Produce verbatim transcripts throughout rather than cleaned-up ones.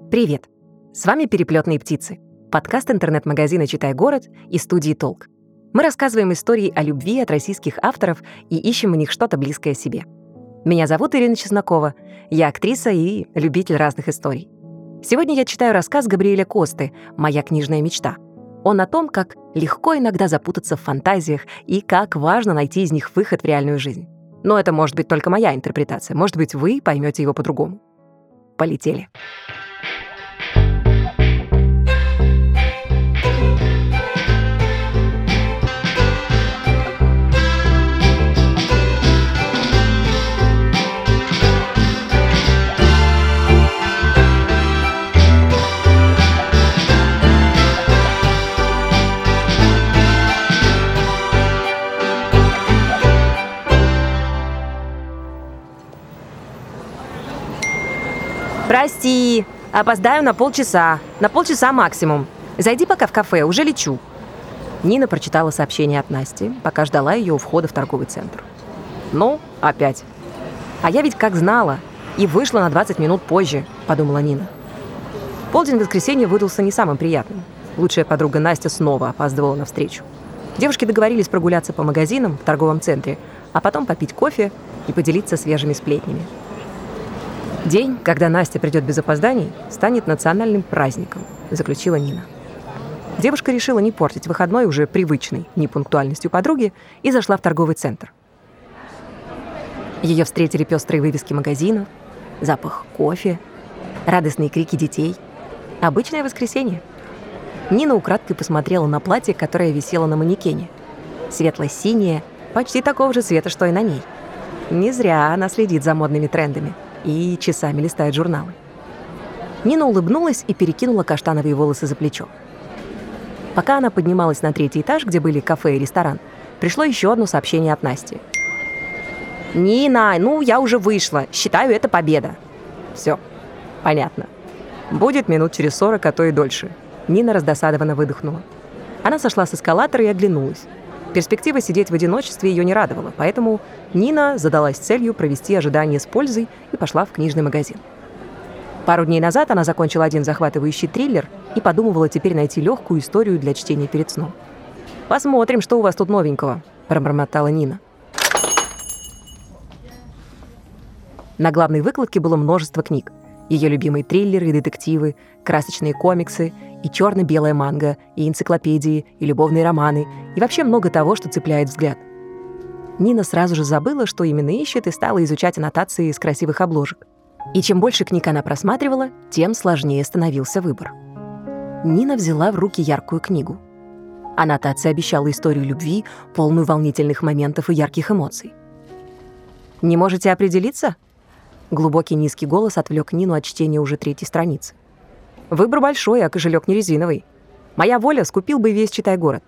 Привет! С вами «Переплетные птицы» — подкаст интернет-магазина «Читай город» и студии «Толк». Мы рассказываем истории о любви от российских авторов и ищем в них что-то близкое себе. Меня зовут Ирина Чеснокова, я актриса и любитель разных историй. Сегодня я читаю рассказ Габриэля Косты «Моя книжная мечта». Он о том, как легко иногда запутаться в фантазиях и как важно найти из них выход в реальную жизнь. Но это может быть только моя интерпретация, может быть, вы поймете его по-другому. Полетели. «Прости, опоздаю на полчаса. На полчаса максимум. Зайди пока в кафе, уже лечу». Нина прочитала сообщение от Насти, пока ждала ее у входа в торговый центр. «Ну, опять. А я ведь как знала. И вышла на двадцать минут позже», — подумала Нина. Полдень воскресенья выдался не самым приятным. Лучшая подруга Настя снова опаздывала на встречу. Девушки договорились прогуляться по магазинам в торговом центре, а потом попить кофе и поделиться свежими сплетнями. «День, когда Настя придет без опозданий, станет национальным праздником», — заключила Нина. Девушка решила не портить выходной уже привычной непунктуальностью подруги и зашла в торговый центр. Ее встретили пестрые вывески магазинов, запах кофе, радостные крики детей. Обычное воскресенье. Нина украдкой посмотрела на платье, которое висело на манекене. Светло-синее, почти такого же цвета, что и на ней. Не зря она следит за модными трендами и часами листает журналы. Нина улыбнулась и перекинула каштановые волосы за плечо. Пока она поднималась на третий этаж, где были кафе и ресторан, пришло еще одно сообщение от Насти. «Нина, ну я уже вышла. Считаю, это победа». «Все, понятно. Будет минут через сорок, а то и дольше». Нина раздосадованно выдохнула. Она сошла с эскалатора и оглянулась. Перспектива сидеть в одиночестве ее не радовала, поэтому Нина задалась целью провести ожидание с пользой и пошла в книжный магазин. Пару дней назад она закончила один захватывающий триллер и подумывала теперь найти легкую историю для чтения перед сном. «Посмотрим, что у вас тут новенького», — пробормотала Нина. На главной выкладке было множество книг. Ее любимые триллеры и детективы, красочные комиксы, и черно-белая манга, и энциклопедии, и любовные романы, и вообще много того, что цепляет взгляд. Нина сразу же забыла, что именно ищет, и стала изучать аннотации из красивых обложек. И чем больше книг она просматривала, тем сложнее становился выбор. Нина взяла в руки яркую книгу. Аннотация обещала историю любви, полную волнительных моментов и ярких эмоций. «Не можете определиться?» Глубокий низкий голос отвлек Нину от чтения уже третьей страницы. «Выбор большой, а кошелек не резиновый. Моя воля, скупил бы весь «Читай город».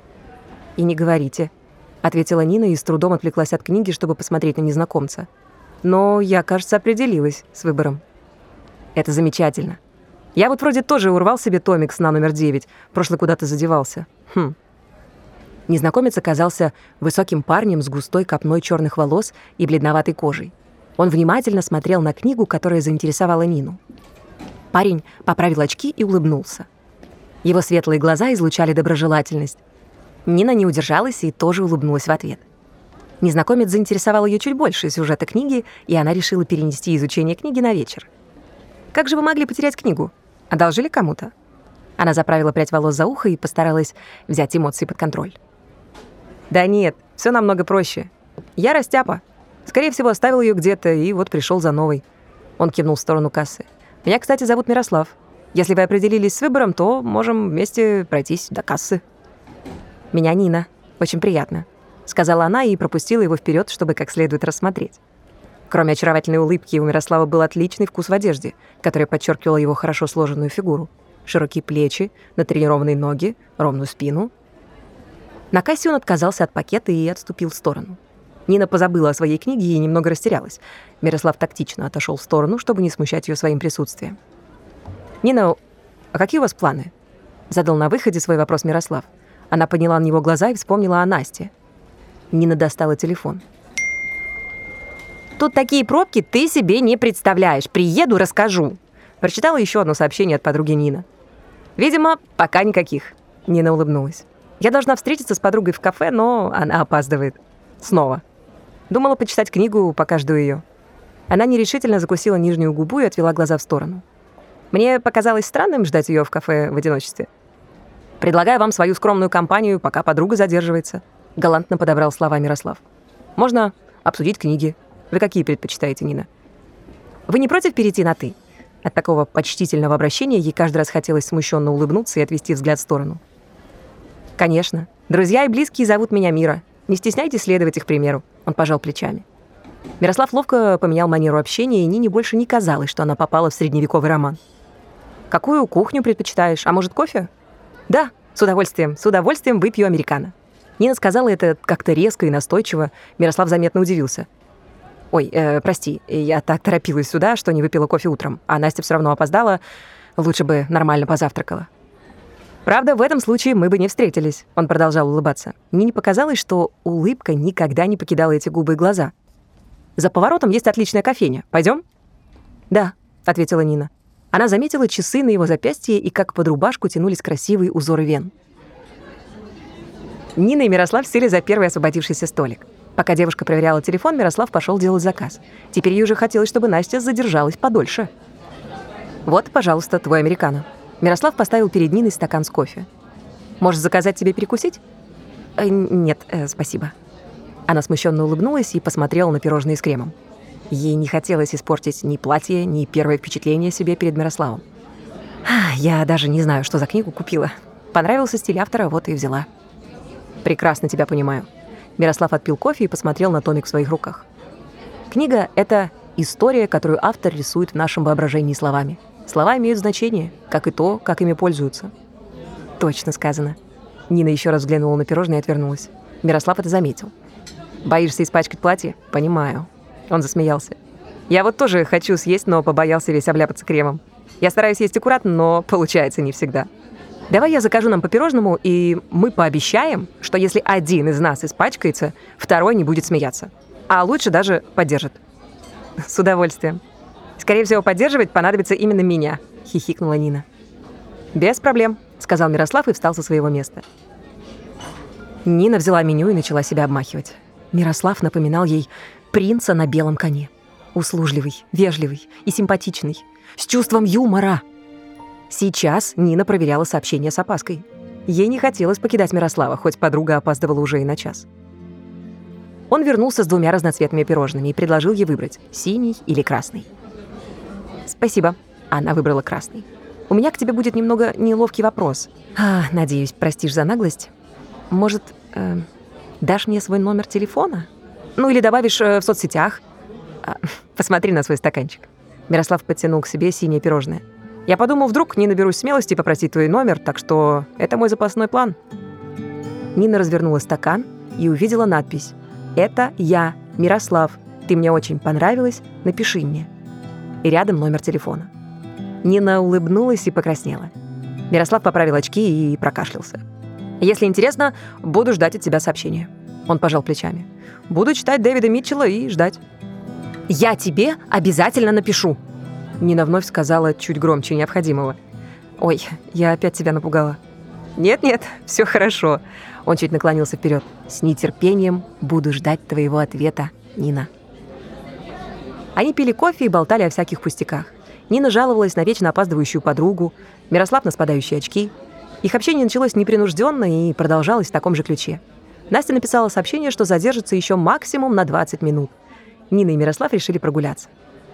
«И не говорите», — ответила Нина и с трудом отвлеклась от книги, чтобы посмотреть на незнакомца. «Но я, кажется, определилась с выбором». «Это замечательно. Я вот вроде тоже урвал себе томикс на номер девять, прошлый куда-то задевался. Хм». Незнакомец оказался высоким парнем с густой копной черных волос и бледноватой кожей. Он внимательно смотрел на книгу, которая заинтересовала Нину. Парень поправил очки и улыбнулся. Его светлые глаза излучали доброжелательность. Нина не удержалась и тоже улыбнулась в ответ. Незнакомец заинтересовал ее чуть больше сюжета книги, и она решила перенести изучение книги на вечер. «Как же вы могли потерять книгу? Одолжили кому-то?» Она заправила прядь волос за ухо и постаралась взять эмоции под контроль. «Да нет, все намного проще. Я растяпа. Скорее всего, оставил ее где-то и вот пришел за новой». Он кивнул в сторону кассы. «Меня, кстати, зовут Мирослав. Если вы определились с выбором, то можем вместе пройтись до кассы». «Меня Нина. Очень приятно», — сказала она и пропустила его вперед, чтобы как следует рассмотреть. Кроме очаровательной улыбки, у Мирослава был отличный вкус в одежде, которая подчеркивала его хорошо сложенную фигуру. Широкие плечи, натренированные ноги, ровную спину. На кассе он отказался от пакета и отступил в сторону. Нина позабыла о своей книге и немного растерялась. Мирослав тактично отошел в сторону, чтобы не смущать ее своим присутствием. «Нина, а какие у вас планы?» — задал на выходе свой вопрос Мирослав. Она подняла на него глаза и вспомнила о Насте. Нина достала телефон. «Тут такие пробки ты себе не представляешь. Приеду, расскажу». Прочитала еще одно сообщение от подруги Нина. «Видимо, пока никаких». Нина улыбнулась. «Я должна встретиться с подругой в кафе, но она опаздывает. Снова. Думала почитать книгу, пока жду ее». Она нерешительно закусила нижнюю губу и отвела глаза в сторону. Мне показалось странным ждать ее в кафе в одиночестве. «Предлагаю вам свою скромную компанию, пока подруга задерживается», — галантно подобрал слова Мирослав. «Можно обсудить книги. Вы какие предпочитаете, Нина?» «Вы не против перейти на «ты»?» От такого почтительного обращения ей каждый раз хотелось смущенно улыбнуться и отвести взгляд в сторону. «Конечно. Друзья и близкие зовут меня Мира. Не стесняйтесь следовать их примеру», — он пожал плечами. Мирослав ловко поменял манеру общения, и Нине больше не казалось, что она попала в средневековый роман. «Какую кухню предпочитаешь? А может, кофе?» «Да, с удовольствием, с удовольствием выпью американо». Нина сказала это как-то резко и настойчиво. Мирослав заметно удивился. «Ой, э, прости, я так торопилась сюда, что не выпила кофе утром, а Настя все равно опоздала. Лучше бы нормально позавтракала». «Правда, в этом случае мы бы не встретились», — он продолжал улыбаться. Нине показалось, что улыбка никогда не покидала эти губы и глаза. «За поворотом есть отличная кофейня. Пойдем?» «Да», — ответила Нина. Она заметила часы на его запястье и как под рубашку тянулись красивые узоры вен. Нина и Мирослав сели за первый освободившийся столик. Пока девушка проверяла телефон, Мирослав пошел делать заказ. Теперь ей уже хотелось, чтобы Настя задержалась подольше. «Вот, пожалуйста, твой американо». Мирослав поставил перед Ниной стакан с кофе. «Может, заказать тебе перекусить?» э, «Нет, э, спасибо». Она смущенно улыбнулась и посмотрела на пирожные с кремом. Ей не хотелось испортить ни платье, ни первое впечатление о себе перед Мирославом. «Я даже не знаю, что за книгу купила. Понравился стиль автора, вот и взяла». «Прекрасно тебя понимаю». Мирослав отпил кофе и посмотрел на томик в своих руках. «Книга — это история, которую автор рисует в нашем воображении словами. Слова имеют значение, как и то, как ими пользуются». «Точно сказано». Нина еще раз взглянула на пирожное и отвернулась. Мирослав это заметил. «Боишься испачкать платье? Понимаю». Он засмеялся. «Я вот тоже хочу съесть, но побоялся весь обляпаться кремом. Я стараюсь есть аккуратно, но получается не всегда. Давай я закажу нам по пирожному, и мы пообещаем, что если один из нас испачкается, второй не будет смеяться. А лучше даже поддержит». «С удовольствием. Скорее всего, поддерживать понадобится именно меня», — хихикнула Нина. «Без проблем», — сказал Мирослав и встал со своего места. Нина взяла меню и начала себя обмахивать. Мирослав напоминал ей принца на белом коне. Услужливый, вежливый и симпатичный, с чувством юмора. Сейчас Нина проверяла сообщение с опаской. Ей не хотелось покидать Мирослава, хоть подруга опаздывала уже и на час. Он вернулся с двумя разноцветными пирожными и предложил ей выбрать, синий или красный. «Спасибо». Она выбрала красный. «У меня к тебе будет немного неловкий вопрос. А, надеюсь, простишь за наглость. Может, э, дашь мне свой номер телефона? Ну или добавишь э, в соцсетях? А, посмотри на свой стаканчик». Мирослав подтянул к себе синее пирожное. «Я подумал, вдруг не наберусь смелости попросить твой номер, так что это мой запасной план». Нина развернула стакан и увидела надпись: «Это я, Мирослав. Ты мне очень понравилась. Напиши мне». И рядом номер телефона. Нина улыбнулась и покраснела. Мирослав поправил очки и прокашлялся. «Если интересно, буду ждать от тебя сообщения». Он пожал плечами. «Буду читать Дэвида Митчелла и ждать». «Я тебе обязательно напишу», — Нина вновь сказала чуть громче необходимого. «Ой, я опять тебя напугала». «Нет-нет, все хорошо». Он чуть наклонился вперед. «С нетерпением буду ждать твоего ответа, Нина». Они пили кофе и болтали о всяких пустяках. Нина жаловалась на вечно опаздывающую подругу, Мирослав на спадающие очки. Их общение началось непринужденно и продолжалось в таком же ключе. Настя написала сообщение, что задержится еще максимум на двадцать минут. Нина и Мирослав решили прогуляться.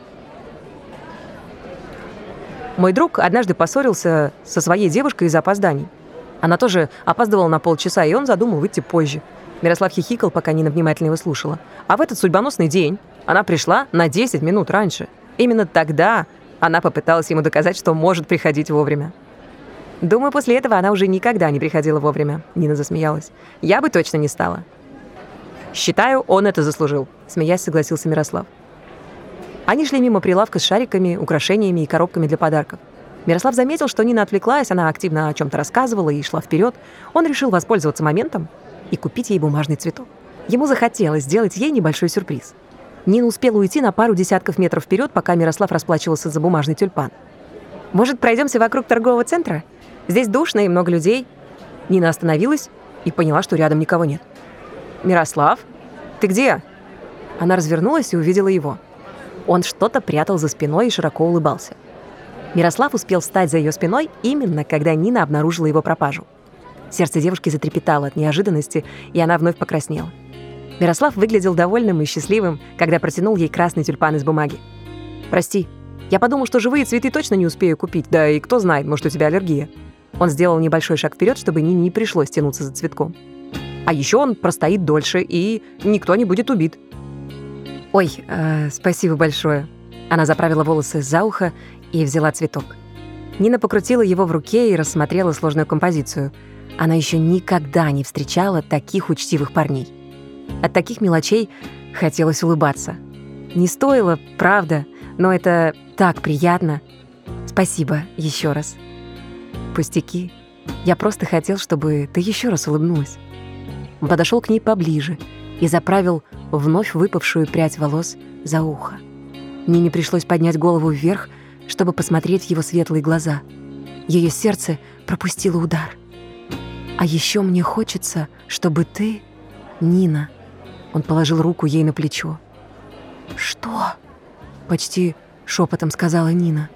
Мой друг однажды поссорился со своей девушкой из-за опозданий. Она тоже опаздывала на полчаса, и он задумал выйти позже. Мирослав хихикал, пока Нина внимательно его слушала. А в этот судьбоносный день она пришла на десять минут раньше. Именно тогда она попыталась ему доказать, что может приходить вовремя. «Думаю, после этого она уже никогда не приходила вовремя», — Нина засмеялась. «Я бы точно не стала». «Считаю, он это заслужил», — смеясь согласился Мирослав. Они шли мимо прилавка с шариками, украшениями и коробками для подарков. Мирослав заметил, что Нина отвлеклась, она активно о чем-то рассказывала и шла вперед. Он решил воспользоваться моментом и купить ей бумажный цветок. Ему захотелось сделать ей небольшой сюрприз. Нина успела уйти на пару десятков метров вперед, пока Мирослав расплачивался за бумажный тюльпан. Может, пройдемся вокруг торгового центра? Здесь душно и много людей». Нина остановилась и поняла, что рядом никого нет. «Мирослав, ты где?» Она развернулась и увидела его. Он что-то прятал за спиной и широко улыбался. Мирослав успел встать за ее спиной именно когда Нина обнаружила его пропажу. Сердце девушки затрепетало от неожиданности, и она вновь покраснела. Мирослав выглядел довольным и счастливым, когда протянул ей красный тюльпан из бумаги. «Прости, я подумал, что живые цветы точно не успею купить, да и кто знает, может, у тебя аллергия». Он сделал небольшой шаг вперед, чтобы Нине не пришлось тянуться за цветком. «А еще он простоит дольше, и никто не будет убит». «Ой, э, спасибо большое». Она заправила волосы за ухо и взяла цветок. Нина покрутила его в руке и рассмотрела сложную композицию. Она еще никогда не встречала таких учтивых парней. От таких мелочей хотелось улыбаться. Не стоило, правда, но это так приятно. Спасибо еще раз. Пустяки. Я просто хотел, чтобы ты еще раз улыбнулась. Он подошел к ней поближе и заправил вновь выпавшую прядь волос за ухо. Нине пришлось поднять голову вверх, чтобы посмотреть в его светлые глаза. Ее сердце пропустило удар. «А еще мне хочется, чтобы ты, Нина...» Он положил руку ей на плечо. «Что?» — почти шепотом сказала Нина.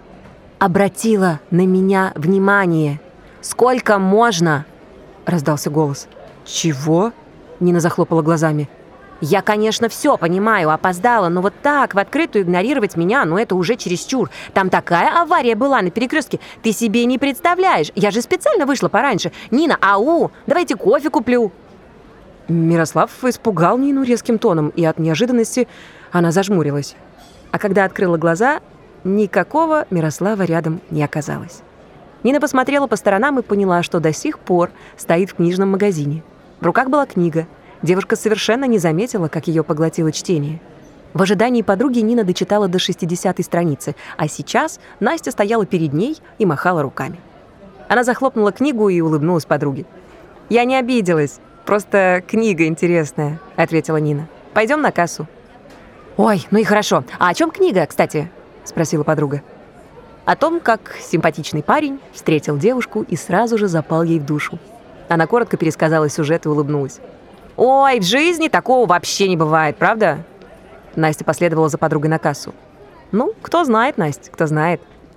«Обратила на меня внимание. Сколько можно?» — раздался голос. «Чего?» — Нина захлопала глазами. «Я, конечно, все понимаю, опоздала, но вот так в открытую игнорировать меня, ну это уже чересчур. Там такая авария была на перекрестке, ты себе не представляешь. Я же специально вышла пораньше. Нина, ау, давайте кофе куплю». Мирослав испугал Нину резким тоном, и от неожиданности она зажмурилась. А когда открыла глаза, никакого Мирослава рядом не оказалось. Нина посмотрела по сторонам и поняла, что до сих пор стоит в книжном магазине. В руках была книга. Девушка совершенно не заметила, как ее поглотило чтение. В ожидании подруги Нина дочитала до шестидесятой страницы, а сейчас Настя стояла перед ней и махала руками. Она захлопнула книгу и улыбнулась подруге. «Я не обиделась, просто книга интересная», — ответила Нина. «Пойдем на кассу». «Ой, ну и хорошо. А о чем книга, кстати?» — спросила подруга. О том, как симпатичный парень встретил девушку и сразу же запал ей в душу. Она коротко пересказала сюжет и улыбнулась. «Ой, в жизни такого вообще не бывает, правда?» Настя последовала за подругой на кассу. «Ну, кто знает, Настя, кто знает».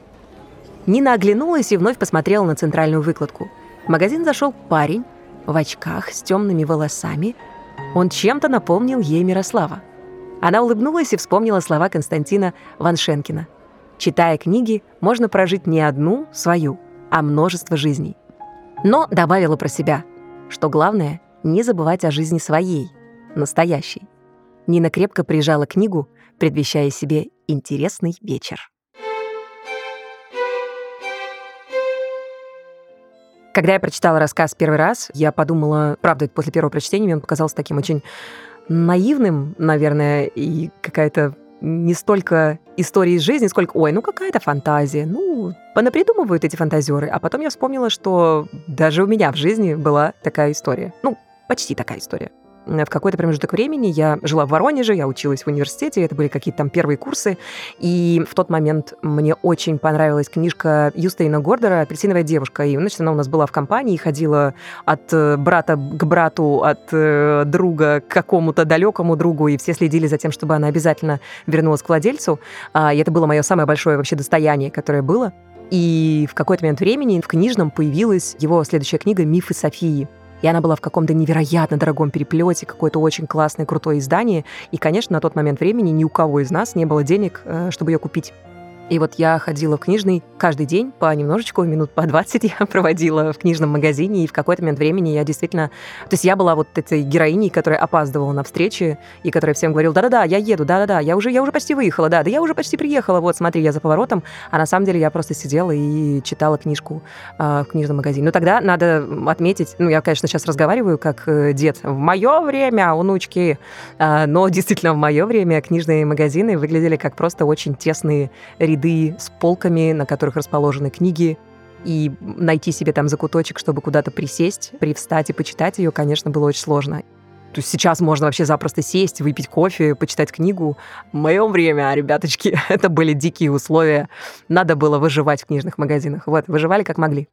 Нина оглянулась и вновь посмотрела на центральную выкладку. В магазин зашел парень в очках с темными волосами. Он чем-то напомнил ей Мирослава. Она улыбнулась и вспомнила слова Константина Ваншенкина. «Читая книги, можно прожить не одну свою, а множество жизней». Но добавила про себя, что главное — не забывать о жизни своей, настоящей. Нина крепко прижала книгу, предвещая себе интересный вечер. Когда я прочитала рассказ первый раз, я подумала, правда, после первого прочтения мне он показался таким очень наивным, наверное, и какая-то не столько история из жизни, сколько, ой, ну какая-то фантазия, ну, понапридумывают эти фантазеры. А потом я вспомнила, что даже у меня в жизни была такая история. Ну, почти такая история. В какой-то промежуток времени я жила в Воронеже, я училась в университете, это были какие-то там первые курсы, и в тот момент мне очень понравилась книжка Юстейна Гордера «Апельсиновая девушка», и, значит, она у нас была в компании, ходила от брата к брату, от друга к какому-то далекому другу, и все следили за тем, чтобы она обязательно вернулась к владельцу, и это было мое самое большое вообще достояние, которое было. И в какой-то момент времени в книжном появилась его следующая книга «Мифы Софии». И она была в каком-то невероятно дорогом переплете, какое-то очень классное, крутое издание. И, конечно, на тот момент времени ни у кого из нас не было денег, чтобы ее купить. И вот я ходила в книжный каждый день по немножечку, минут по двадцать я проводила в книжном магазине, и в какой-то момент времени я действительно... То есть я была вот этой героиней, которая опаздывала на встречи, и которая всем говорила: да-да-да, я еду, да-да-да, я уже, я уже почти выехала, да, да я уже почти приехала, вот, смотри, я за поворотом. А на самом деле я просто сидела и читала книжку э, в книжном магазине. Но тогда надо отметить, ну, я, конечно, сейчас разговариваю как э, дед. В мое время, внучки, э, но действительно в мое время книжные магазины выглядели как просто очень тесные ряды с полками, на которых расположены книги, и найти себе там закуточек, чтобы куда-то присесть, привстать и почитать ее, конечно, было очень сложно. То есть сейчас можно вообще запросто сесть, выпить кофе, почитать книгу. В моем время, ребяточки, это были дикие условия. Надо было выживать в книжных магазинах. Вот, выживали как могли.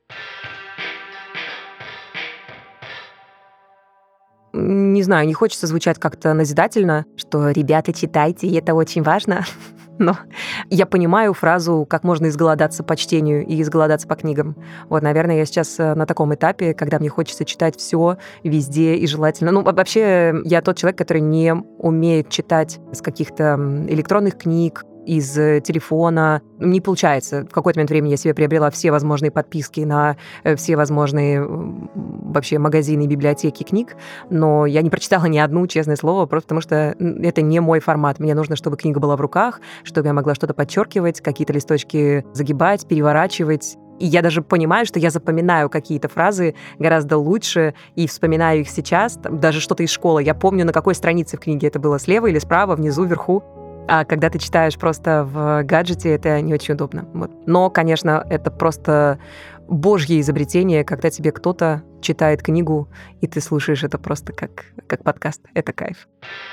Не знаю, не хочется звучать как-то назидательно, что «ребята, читайте, и это очень важно». Но я понимаю фразу «как можно изголодаться по чтению и изголодаться по книгам». Вот, наверное, я сейчас на таком этапе, когда мне хочется читать все везде и желательно. Ну, вообще, я тот человек, который не умеет читать с каких-то электронных книг, из телефона. Не получается. В какой-то момент времени я себе приобрела все возможные подписки на все возможные вообще магазины и библиотеки книг, но я не прочитала ни одну, честное слово, просто потому что это не мой формат. Мне нужно, чтобы книга была в руках, чтобы я могла что-то подчеркивать, какие-то листочки загибать, переворачивать. И я даже понимаю, что я запоминаю какие-то фразы гораздо лучше и вспоминаю их сейчас. Даже что-то из школы. Я помню, на какой странице в книге это было, слева или справа, внизу, вверху. А когда ты читаешь просто в гаджете, это не очень удобно. Вот. Но, конечно, это просто божье изобретение, когда тебе кто-то читает книгу, и ты слушаешь это просто как, как подкаст. Это кайф.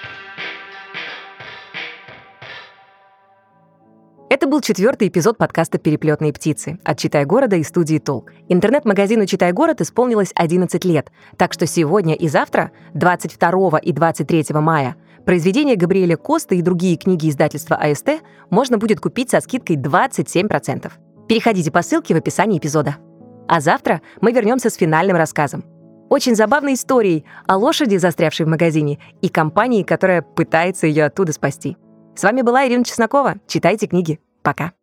Это был четвертый эпизод подкаста «Переплетные птицы» от «Читай города» и студии «Толк». Интернет-магазину «Читай город» исполнилось одиннадцать лет, так что сегодня и завтра, двадцать второго и двадцать третьего мая, произведения Габриэля Коста и другие книги издательства а эс тэ можно будет купить со скидкой двадцать семь процентов. Переходите по ссылке в описании эпизода. А завтра мы вернемся с финальным рассказом. Очень забавной историей о лошади, застрявшей в магазине, и компании, которая пытается ее оттуда спасти. С вами была Ирина Чеснокова. Читайте книги. Пока.